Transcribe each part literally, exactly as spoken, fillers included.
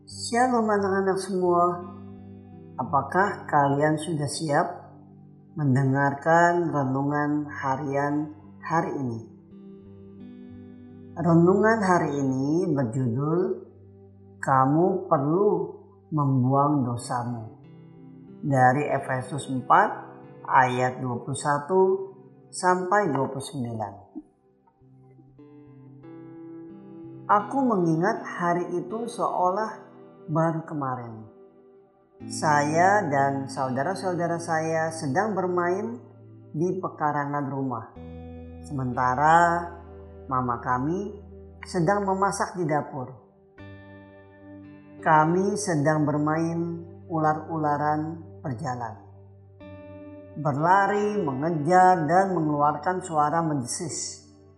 Shalom anak-anak semua, apakah kalian sudah siap mendengarkan renungan harian hari ini? Renungan hari ini berjudul Kamu Perlu Membuang Dosamu, dari Efesus empat ayat dua puluh satu sampai dua puluh sembilan. Aku mengingat hari itu seolah baru kemarin. Saya dan saudara-saudara saya sedang bermain di pekarangan rumah. Sementara mama kami sedang memasak di dapur. Kami sedang bermain ular-ularan berjalan, berlari, mengejar, dan mengeluarkan suara mendesis.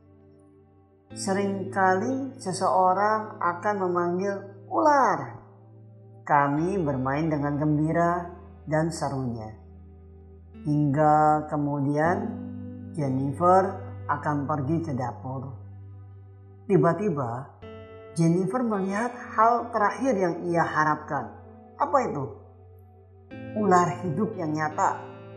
Seringkali seseorang akan memanggil ular. Kami bermain dengan gembira dan serunya. Hingga kemudian Jennifer akan pergi ke dapur. Tiba-tiba Jennifer melihat hal terakhir yang ia harapkan. Apa itu? Ular hidup yang nyata,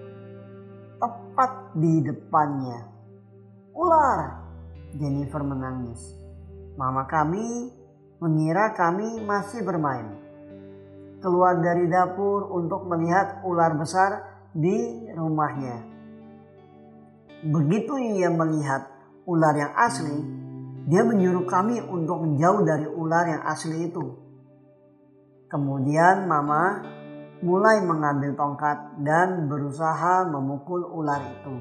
tepat di depannya. Ular! Jennifer menangis. Mama kami mengira kami masih bermain. Keluar dari dapur untuk melihat ular besar di rumahnya. Begitu ia melihat ular yang asli, dia menyuruh kami untuk menjauh dari ular yang asli itu. Kemudian mama mulai mengambil tongkat dan berusaha memukul ular itu.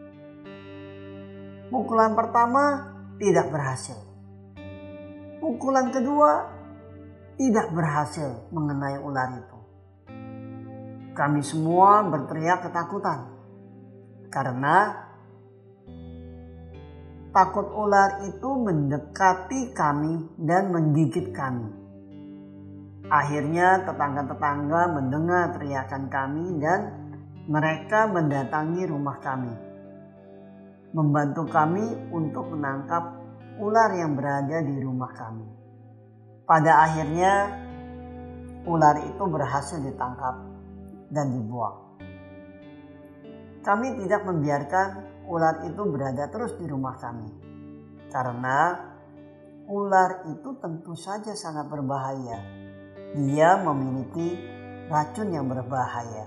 Pukulan pertama tidak berhasil. Pukulan kedua tidak berhasil mengenai ular itu. Kami semua berteriak ketakutan karena takut ular itu mendekati kami dan menggigit kami. Akhirnya tetangga-tetangga mendengar teriakan kami dan mereka mendatangi rumah kami, membantu kami untuk menangkap ular yang berada di rumah kami. Pada akhirnya ular itu berhasil ditangkap dan dibuang. Kami tidak membiarkan ular itu berada terus di rumah kami, karena ular itu tentu saja sangat berbahaya. Dia memiliki racun yang berbahaya.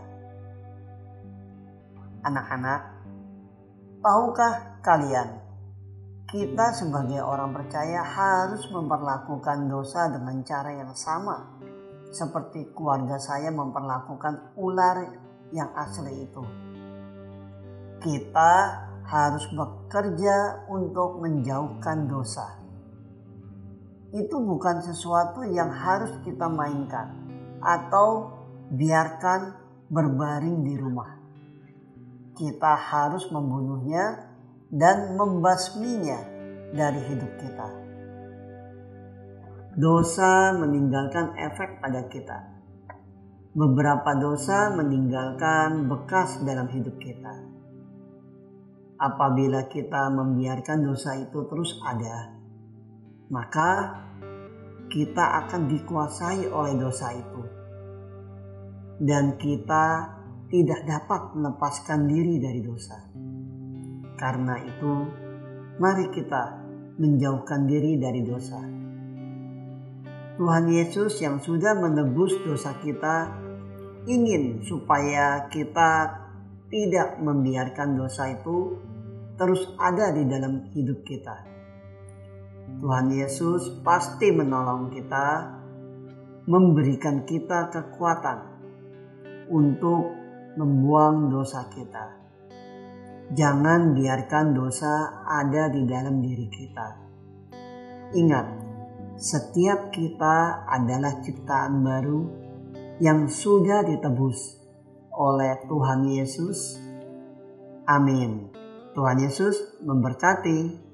Anak-anak, tahukah kalian, kita sebagai orang percaya harus memperlakukan dosa dengan cara yang sama seperti keluarga saya memperlakukan ular yang asli itu. Kita harus bekerja untuk menjauhkan dosa. Itu bukan sesuatu yang harus kita mainkan atau biarkan berbaring di rumah. Kita harus membunuhnya dan membasminya dari hidup kita. Dosa meninggalkan efek pada kita. Beberapa dosa meninggalkan bekas dalam hidup kita. Apabila kita membiarkan dosa itu terus ada, maka kita akan dikuasai oleh dosa itu. Dan kita tidak dapat melepaskan diri dari dosa. Karena itu, mari kita menjauhkan diri dari dosa. Tuhan Yesus yang sudah menebus dosa kita ingin supaya kita tidak membiarkan dosa itu terus ada di dalam hidup kita. Tuhan Yesus pasti menolong kita, memberikan kita kekuatan untuk membuang dosa kita. Jangan biarkan dosa ada di dalam diri kita. Ingat, setiap kita adalah ciptaan baru yang sudah ditebus oleh Tuhan Yesus. Amin. Tuhan Yesus memberkati.